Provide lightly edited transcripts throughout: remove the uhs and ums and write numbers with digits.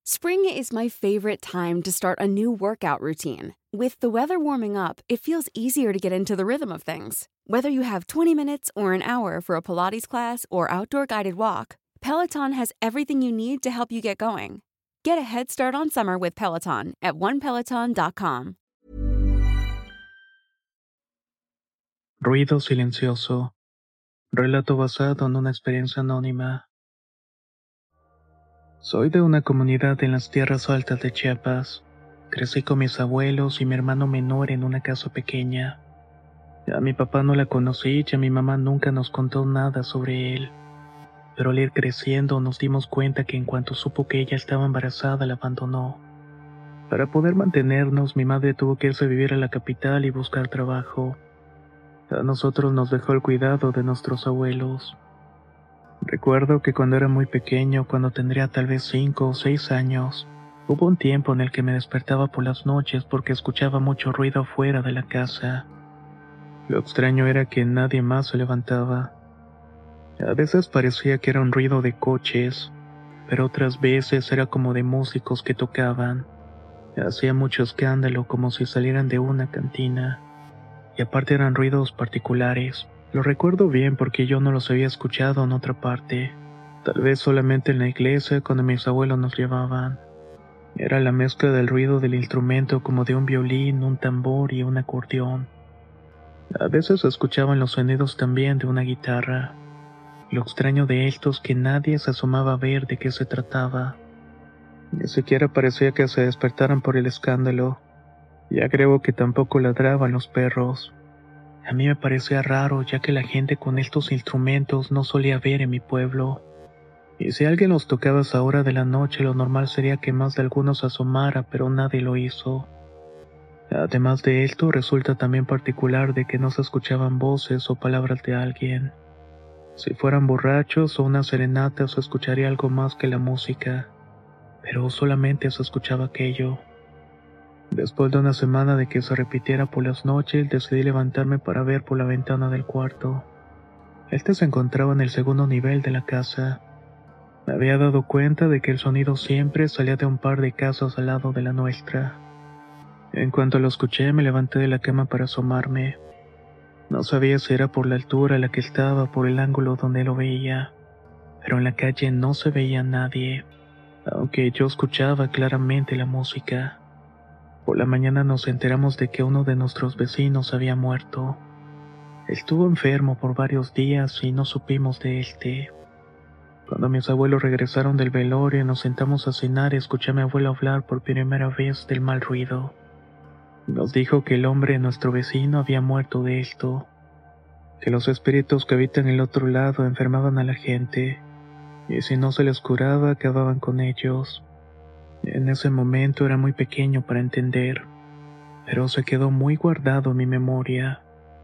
Spring is my favorite time to start a new workout routine. With the weather warming up, it feels easier to get into the rhythm of things. Whether you have 20 minutes or an hour for a Pilates class or outdoor guided walk, Peloton has everything you need to help you get going. Get a head start on summer with Peloton at onepeloton.com. Ruido silencioso. Relato basado en una experiencia anónima. Soy de una comunidad en las tierras altas de Chiapas. Crecí con mis abuelos y mi hermano menor en una casa pequeña. A mi papá no la conocí y a mi mamá nunca nos contó nada sobre él. Pero al ir creciendo nos dimos cuenta que en cuanto supo que ella estaba embarazada la abandonó. Para poder mantenernos, mi madre tuvo que irse a vivir a la capital y buscar trabajo. A nosotros nos dejó el cuidado de nuestros abuelos. Recuerdo que cuando era muy pequeño, cuando tendría tal vez 5 o 6 años, hubo un tiempo en el que me despertaba por las noches porque escuchaba mucho ruido afuera de la casa. Lo extraño era que nadie más se levantaba. A veces parecía que era un ruido de coches, pero otras veces era como de músicos que tocaban. Hacía mucho escándalo como si salieran de una cantina. Y aparte eran ruidos particulares. Lo recuerdo bien porque yo no los había escuchado en otra parte. Tal vez solamente en la iglesia cuando mis abuelos nos llevaban. Era la mezcla del ruido del instrumento como de un violín, un tambor y un acordeón. A veces se escuchaban los sonidos también de una guitarra. Lo extraño de esto es que nadie se asomaba a ver de qué se trataba. Ni siquiera parecía que se despertaran por el escándalo. Ya creo que tampoco ladraban los perros. A mí me parecía raro, ya que la gente con estos instrumentos no solía ver en mi pueblo. Y si alguien los tocaba a esa hora de la noche, lo normal sería que más de algunos se asomara, pero nadie lo hizo. Además de esto, resulta también particular de que no se escuchaban voces o palabras de alguien. Si fueran borrachos o una serenata, se escucharía algo más que la música, pero solamente se escuchaba aquello. Después de una semana de que se repitiera por las noches, decidí levantarme para ver por la ventana del cuarto. Este se encontraba en el segundo nivel de la casa. Me había dado cuenta de que el sonido siempre salía de un par de casas al lado de la nuestra. En cuanto lo escuché, me levanté de la cama para asomarme. No sabía si era por la altura a la que estaba o por el ángulo donde lo veía, pero en la calle no se veía nadie, aunque yo escuchaba claramente la música. Por la mañana nos enteramos de que uno de nuestros vecinos había muerto. Estuvo enfermo por varios días y no supimos de él. Cuando mis abuelos regresaron del velorio y nos sentamos a cenar, escuché a mi abuelo hablar por primera vez del mal ruido. Nos dijo que el hombre de nuestro vecino había muerto de esto, que los espíritus que habitan el otro lado enfermaban a la gente, y si no se les curaba acababan con ellos. En ese momento era muy pequeño para entender, pero se quedó muy guardado en mi memoria.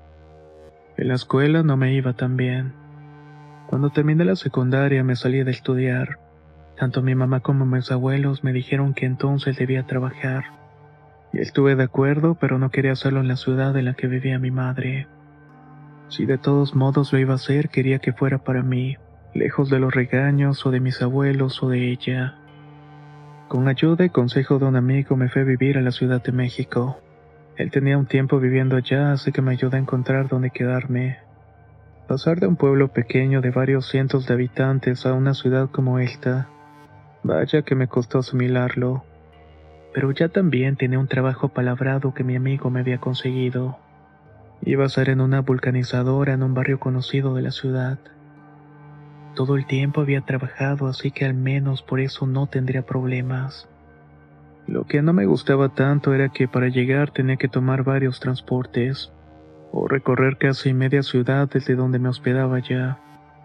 En la escuela no me iba tan bien. Cuando terminé la secundaria me salí de estudiar. Tanto mi mamá como mis abuelos me dijeron que entonces debía trabajar. Y estuve de acuerdo, pero no quería hacerlo en la ciudad en la que vivía mi madre. Si de todos modos lo iba a hacer, quería que fuera para mí, lejos de los regaños o de mis abuelos o de ella. Con ayuda y consejo de un amigo me fui a vivir a la Ciudad de México. Él tenía un tiempo viviendo allá, así que me ayudó a encontrar dónde quedarme. Pasar de un pueblo pequeño de varios cientos de habitantes a una ciudad como esta, vaya que me costó asimilarlo. Pero ya también tenía un trabajo palabrado que mi amigo me había conseguido. Iba a ser en una vulcanizadora en un barrio conocido de la ciudad. Todo el tiempo había trabajado, así que al menos por eso no tendría problemas. Lo que no me gustaba tanto era que para llegar tenía que tomar varios transportes, o recorrer casi media ciudad desde donde me hospedaba ya.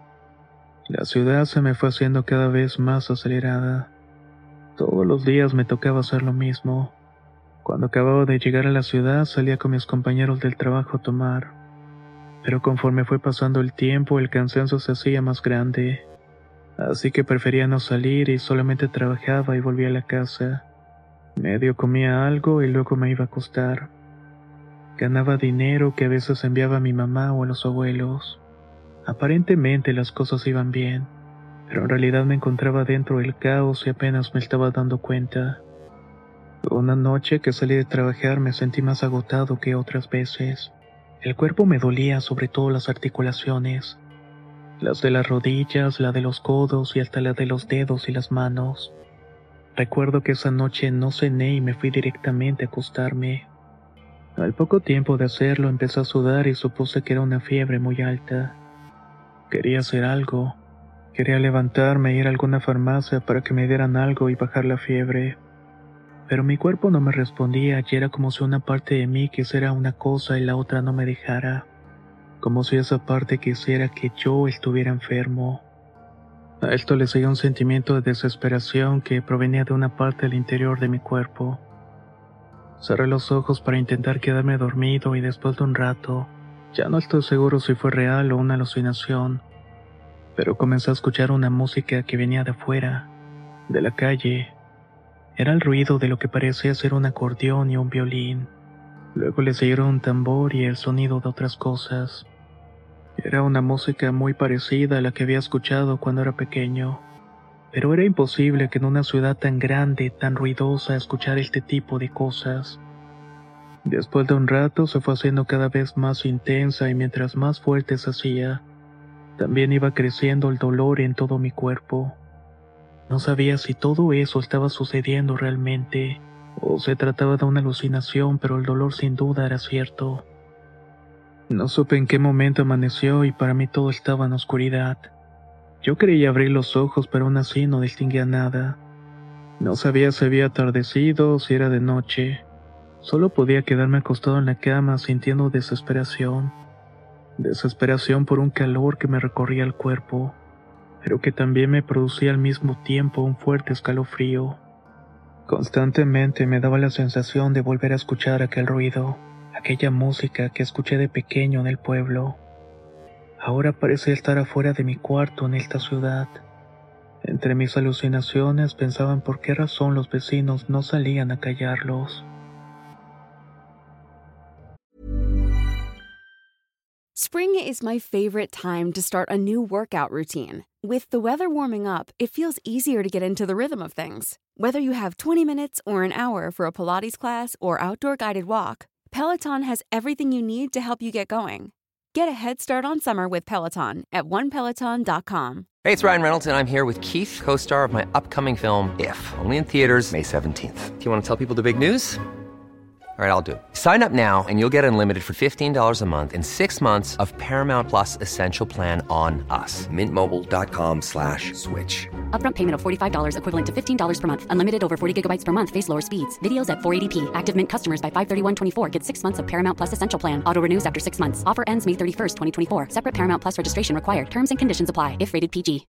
La ciudad se me fue haciendo cada vez más acelerada. Todos los días me tocaba hacer lo mismo. Cuando acababa de llegar a la ciudad salía con mis compañeros del trabajo a tomar. Pero conforme fue pasando el tiempo el cansancio se hacía más grande. Así que prefería no salir y solamente trabajaba y volvía a la casa. Medio comía algo y luego me iba a acostar. Ganaba dinero que a veces enviaba a mi mamá o a los abuelos. Aparentemente las cosas iban bien, pero en realidad me encontraba dentro del caos y apenas me estaba dando cuenta. Una noche que salí de trabajar me sentí más agotado que otras veces. El cuerpo me dolía, sobre todo las articulaciones, las de las rodillas, la de los codos y hasta la de los dedos y las manos. Recuerdo que esa noche no cené y me fui directamente a acostarme. Al poco tiempo de hacerlo empecé a sudar y supuse que era una fiebre muy alta. Quería hacer algo. Quería levantarme e ir a alguna farmacia para que me dieran algo y bajar la fiebre. Pero mi cuerpo no me respondía y era como si una parte de mí quisiera una cosa y la otra no me dejara. Como si esa parte quisiera que yo estuviera enfermo. A esto le seguía un sentimiento de desesperación que provenía de una parte del interior de mi cuerpo. Cerré los ojos para intentar quedarme dormido y después de un rato, ya no estoy seguro si fue real o una alucinación, pero comencé a escuchar una música que venía de afuera, de la calle. Era el ruido de lo que parecía ser un acordeón y un violín. Luego le siguieron un tambor y el sonido de otras cosas. Era una música muy parecida a la que había escuchado cuando era pequeño, pero era imposible que en una ciudad tan grande, tan ruidosa, escuchar este tipo de cosas. Después de un rato se fue haciendo cada vez más intensa y mientras más fuerte se hacía, también iba creciendo el dolor en todo mi cuerpo. No sabía si todo eso estaba sucediendo realmente o se trataba de una alucinación, pero el dolor sin duda era cierto. No supe en qué momento amaneció y para mí todo estaba en oscuridad. Yo creía abrir los ojos, pero aún así no distinguía nada. No sabía si había atardecido o si era de noche. Solo podía quedarme acostado en la cama sintiendo desesperación. Desesperación por un calor que me recorría el cuerpo, pero que también me producía al mismo tiempo un fuerte escalofrío. Constantemente me daba la sensación de volver a escuchar aquel ruido, aquella música que escuché de pequeño en el pueblo. Ahora parecía estar afuera de mi cuarto en esta ciudad. Entre mis alucinaciones pensaba en por qué razón los vecinos no salían a callarlos. Spring is my favorite time to start a new workout routine. With the weather warming up, it feels easier to get into the rhythm of things. Whether you have 20 minutes or an hour for a Pilates class or outdoor guided walk, Peloton has everything you need to help you get going. Get a head start on summer with Peloton at onepeloton.com. Hey, it's Ryan Reynolds, and I'm here with Keith, co-star of my upcoming film, If, only in theaters May 17th. Do you want to tell people the big news? All right, I'll do it. Sign up now and you'll get unlimited for $15 a month and 6 months of Paramount Plus Essential Plan on us. MintMobile.com/switch. Upfront payment of $45 equivalent to $15 per month. Unlimited over 40 gigabytes per month. Face lower speeds. Videos at 480p. Active Mint customers by 531.24 get 6 months of Paramount Plus Essential Plan. Auto renews after 6 months. Offer ends May 31st, 2024. Separate Paramount Plus registration required. Terms and conditions apply if rated PG.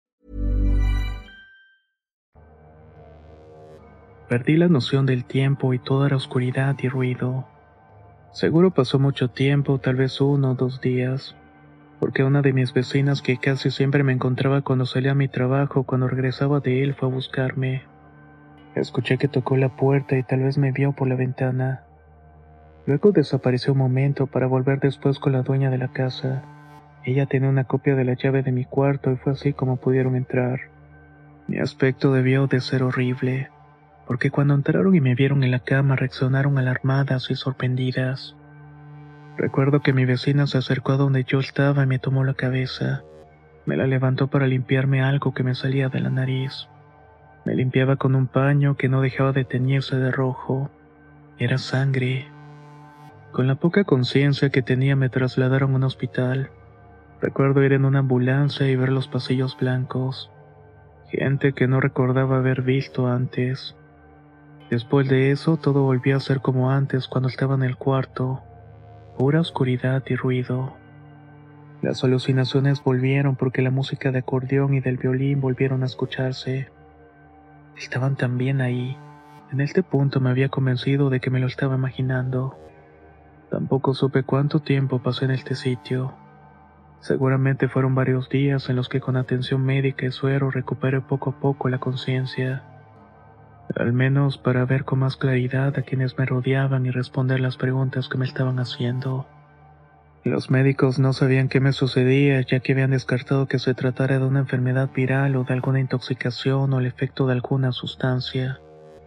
Perdí la noción del tiempo y toda la oscuridad y ruido. Seguro pasó mucho tiempo, tal vez 1 o 2 días, porque una de mis vecinas que casi siempre me encontraba cuando salía a mi trabajo, cuando regresaba de él, fue a buscarme. Escuché que tocó la puerta y tal vez me vio por la ventana. Luego desapareció un momento para volver después con la dueña de la casa. Ella tenía una copia de la llave de mi cuarto y fue así como pudieron entrar. Mi aspecto debió de ser horrible, porque cuando entraron y me vieron en la cama reaccionaron alarmadas y sorprendidas. Recuerdo que mi vecina se acercó a donde yo estaba y me tomó la cabeza. Me la levantó para limpiarme algo que me salía de la nariz. Me limpiaba con un paño que no dejaba de teñirse de rojo. Era sangre. Con la poca conciencia que tenía me trasladaron a un hospital. Recuerdo ir en una ambulancia y ver los pasillos blancos. Gente que no recordaba haber visto antes. Después de eso, todo volvió a ser como antes cuando estaba en el cuarto. Pura oscuridad y ruido. Las alucinaciones volvieron porque la música de acordeón y del violín volvieron a escucharse. Estaban también ahí. En este punto me había convencido de que me lo estaba imaginando. Tampoco supe cuánto tiempo pasé en este sitio. Seguramente fueron varios días en los que con atención médica y suero recuperé poco a poco la conciencia. Al menos para ver con más claridad a quienes me rodeaban y responder las preguntas que me estaban haciendo. Los médicos no sabían qué me sucedía, ya que habían descartado que se tratara de una enfermedad viral o de alguna intoxicación o el efecto de alguna sustancia.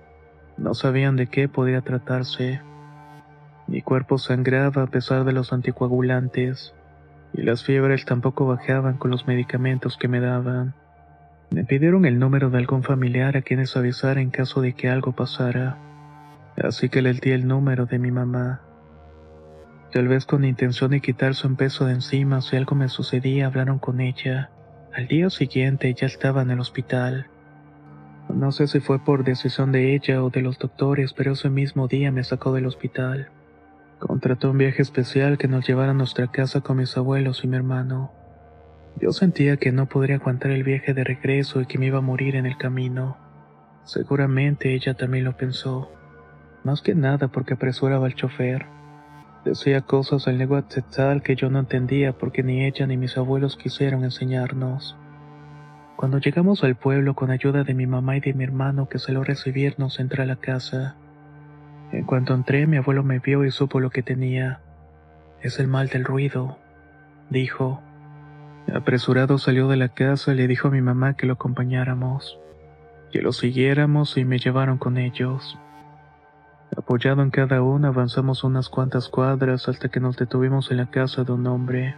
No sabían de qué podía tratarse. Mi cuerpo sangraba a pesar de los anticoagulantes, y las fiebres tampoco bajaban con los medicamentos que me daban. Me pidieron el número de algún familiar a quienes avisar en caso de que algo pasara, así que les di el número de mi mamá. Tal vez con intención de quitarse un peso de encima si algo me sucedía, hablaron con ella. Al día siguiente ya estaba en el hospital. No sé si fue por decisión de ella o de los doctores, pero ese mismo día me sacó del hospital. Contrató un viaje especial que nos llevara a nuestra casa con mis abuelos y mi hermano. Yo sentía que no podría aguantar el viaje de regreso y que me iba a morir en el camino. Seguramente ella también lo pensó. Más que nada porque apresuraba al chofer. Decía cosas en lengua tzotzil que yo no entendía porque ni ella ni mis abuelos quisieron enseñarnos. Cuando llegamos al pueblo con ayuda de mi mamá y de mi hermano que salió a recibirnos, entré a la casa. En cuanto entré, mi abuelo me vio y supo lo que tenía. Es el mal del ruido, dijo. Apresurado salió de la casa y le dijo a mi mamá que lo acompañáramos, que lo siguiéramos y me llevaron con ellos. Apoyado en cada uno, avanzamos unas cuantas cuadras hasta que nos detuvimos en la casa de un hombre.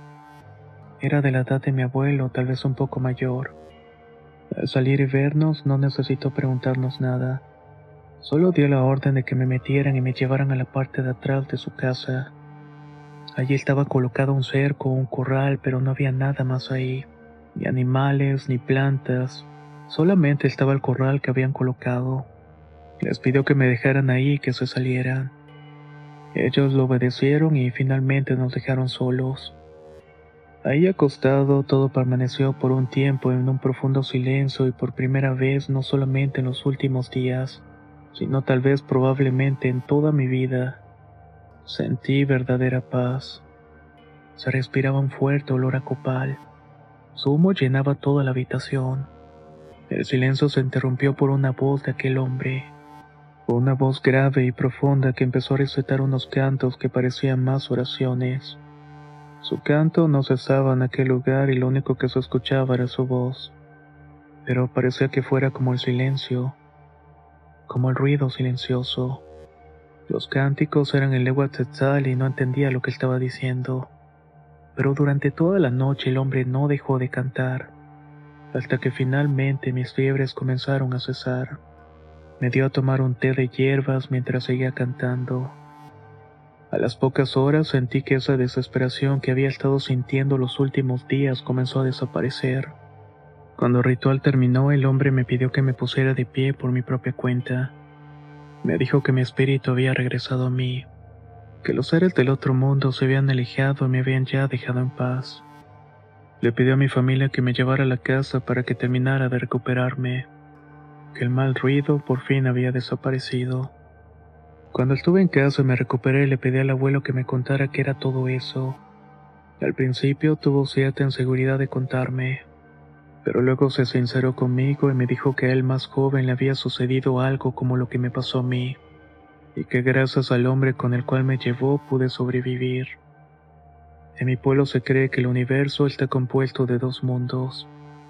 Era de la edad de mi abuelo, tal vez un poco mayor. Al salir y vernos, no necesitó preguntarnos nada. Solo dio la orden de que me metieran y me llevaran a la parte de atrás de su casa. Allí estaba colocado un cerco o un corral, pero no había nada más ahí. Ni animales, ni plantas. Solamente estaba el corral que habían colocado. Les pidió que me dejaran ahí y que se salieran. Ellos lo obedecieron y finalmente nos dejaron solos. Ahí acostado, todo permaneció por un tiempo en un profundo silencio y por primera vez no solamente en los últimos días, sino tal vez probablemente en toda mi vida. Sentí verdadera paz. Se respiraba un fuerte olor a copal. Su humo llenaba toda la habitación. El silencio se interrumpió por una voz de aquel hombre. Una voz grave y profunda que empezó a recitar unos cantos que parecían más oraciones. Su canto no cesaba en aquel lugar y lo único que se escuchaba era su voz. Pero parecía que fuera como el silencio, como el ruido silencioso. Los cánticos eran en lengua tzotzil y no entendía lo que estaba diciendo. Pero durante toda la noche el hombre no dejó de cantar, hasta que finalmente mis fiebres comenzaron a cesar. Me dio a tomar un té de hierbas mientras seguía cantando. A las pocas horas sentí que esa desesperación que había estado sintiendo los últimos días comenzó a desaparecer. Cuando el ritual terminó, el hombre me pidió que me pusiera de pie por mi propia cuenta. Me dijo que mi espíritu había regresado a mí, que los seres del otro mundo se habían alejado y me habían ya dejado en paz. Le pidió a mi familia que me llevara a la casa para que terminara de recuperarme, que el mal ruido por fin había desaparecido. Cuando estuve en casa me recuperé y le pedí al abuelo que me contara qué era todo eso. Al principio tuvo cierta inseguridad de contarme, pero luego se sinceró conmigo y me dijo que a él más joven le había sucedido algo como lo que me pasó a mí, y que gracias al hombre con el cual me llevó pude sobrevivir. En mi pueblo se cree que el universo está compuesto de dos mundos.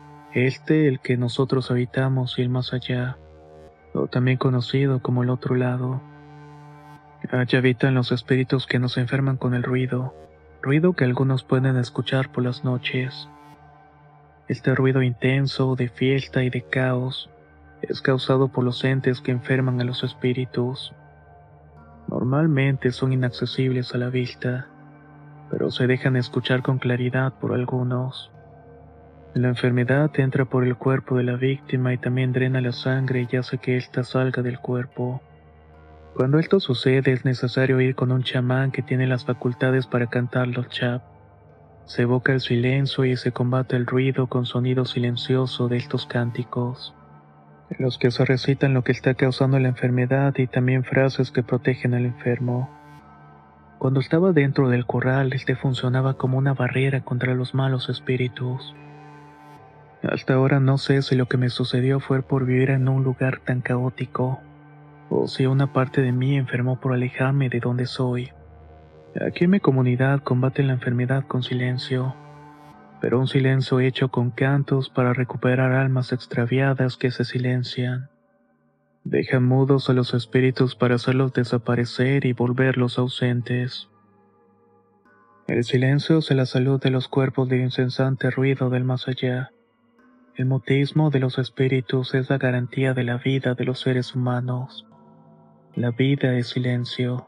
El que nosotros habitamos, y el más allá, o también conocido como el otro lado. Allá habitan los espíritus que nos enferman con el ruido que algunos pueden escuchar por las noches. Este ruido intenso, de fiesta y de caos, es causado por los entes que enferman a los espíritus. Normalmente son inaccesibles a la vista, pero se dejan escuchar con claridad por algunos. La enfermedad entra por el cuerpo de la víctima y también drena la sangre y hace que ésta salga del cuerpo. Cuando esto sucede es necesario ir con un chamán que tiene las facultades para cantar los chap. Se evoca el silencio y se combate el ruido con sonido silencioso de estos cánticos, en los que se recitan lo que está causando la enfermedad y también frases que protegen al enfermo. Cuando estaba dentro del corral, este funcionaba como una barrera contra los malos espíritus. Hasta ahora no sé si lo que me sucedió fue por vivir en un lugar tan caótico, o si una parte de mí enfermó por alejarme de donde soy. Aquí en mi comunidad combaten la enfermedad con silencio, pero un silencio hecho con cantos para recuperar almas extraviadas que se silencian. Dejan mudos a los espíritus para hacerlos desaparecer y volverlos ausentes. El silencio es la salud de los cuerpos del incesante ruido del más allá. El mutismo de los espíritus es la garantía de la vida de los seres humanos. La vida es silencio.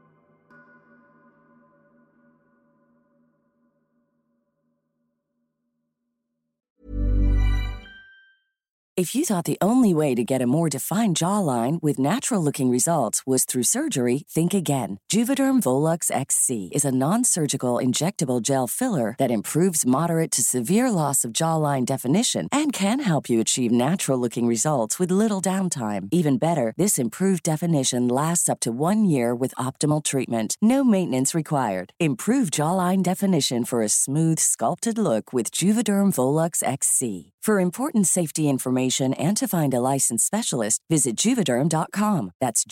If you thought the only way to get a more defined jawline with natural-looking results was through surgery, think again. Juvederm Volux XC is a non-surgical injectable gel filler that improves moderate to severe loss of jawline definition and can help you achieve natural-looking results with little downtime. Even better, this improved definition lasts up to 1 year with optimal treatment. No maintenance required. Improve jawline definition for a smooth, sculpted look with Juvederm Volux XC. For important safety information and to find a licensed specialist, visit Juvederm.com. That's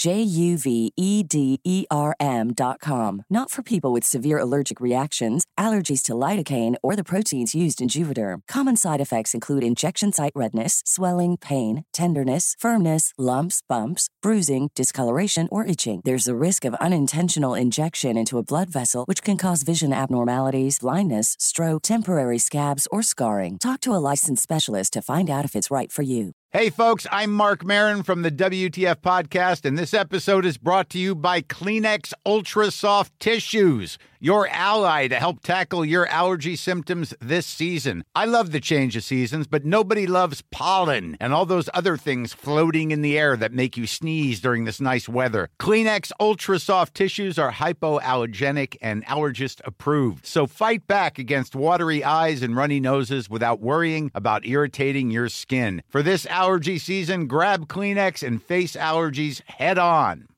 JUVEDERM.com. Not for people with severe allergic reactions, allergies to lidocaine, or the proteins used in Juvederm. Common side effects include injection site redness, swelling, pain, tenderness, firmness, lumps, bumps, bruising, discoloration, or itching. There's a risk of unintentional injection into a blood vessel, which can cause vision abnormalities, blindness, stroke, temporary scabs, or scarring. Talk to a licensed specialist to find out if it's right for you. Hey, folks, I'm Mark Maron from the WTF Podcast, and this episode is brought to you by Kleenex Ultra Soft Tissues, your ally to help tackle your allergy symptoms this season. I love the change of seasons, but nobody loves pollen and all those other things floating in the air that make you sneeze during this nice weather. Kleenex Ultra Soft Tissues are hypoallergenic and allergist approved, so fight back against watery eyes and runny noses without worrying about irritating your skin. For this allergy season, grab Kleenex and face allergies head on.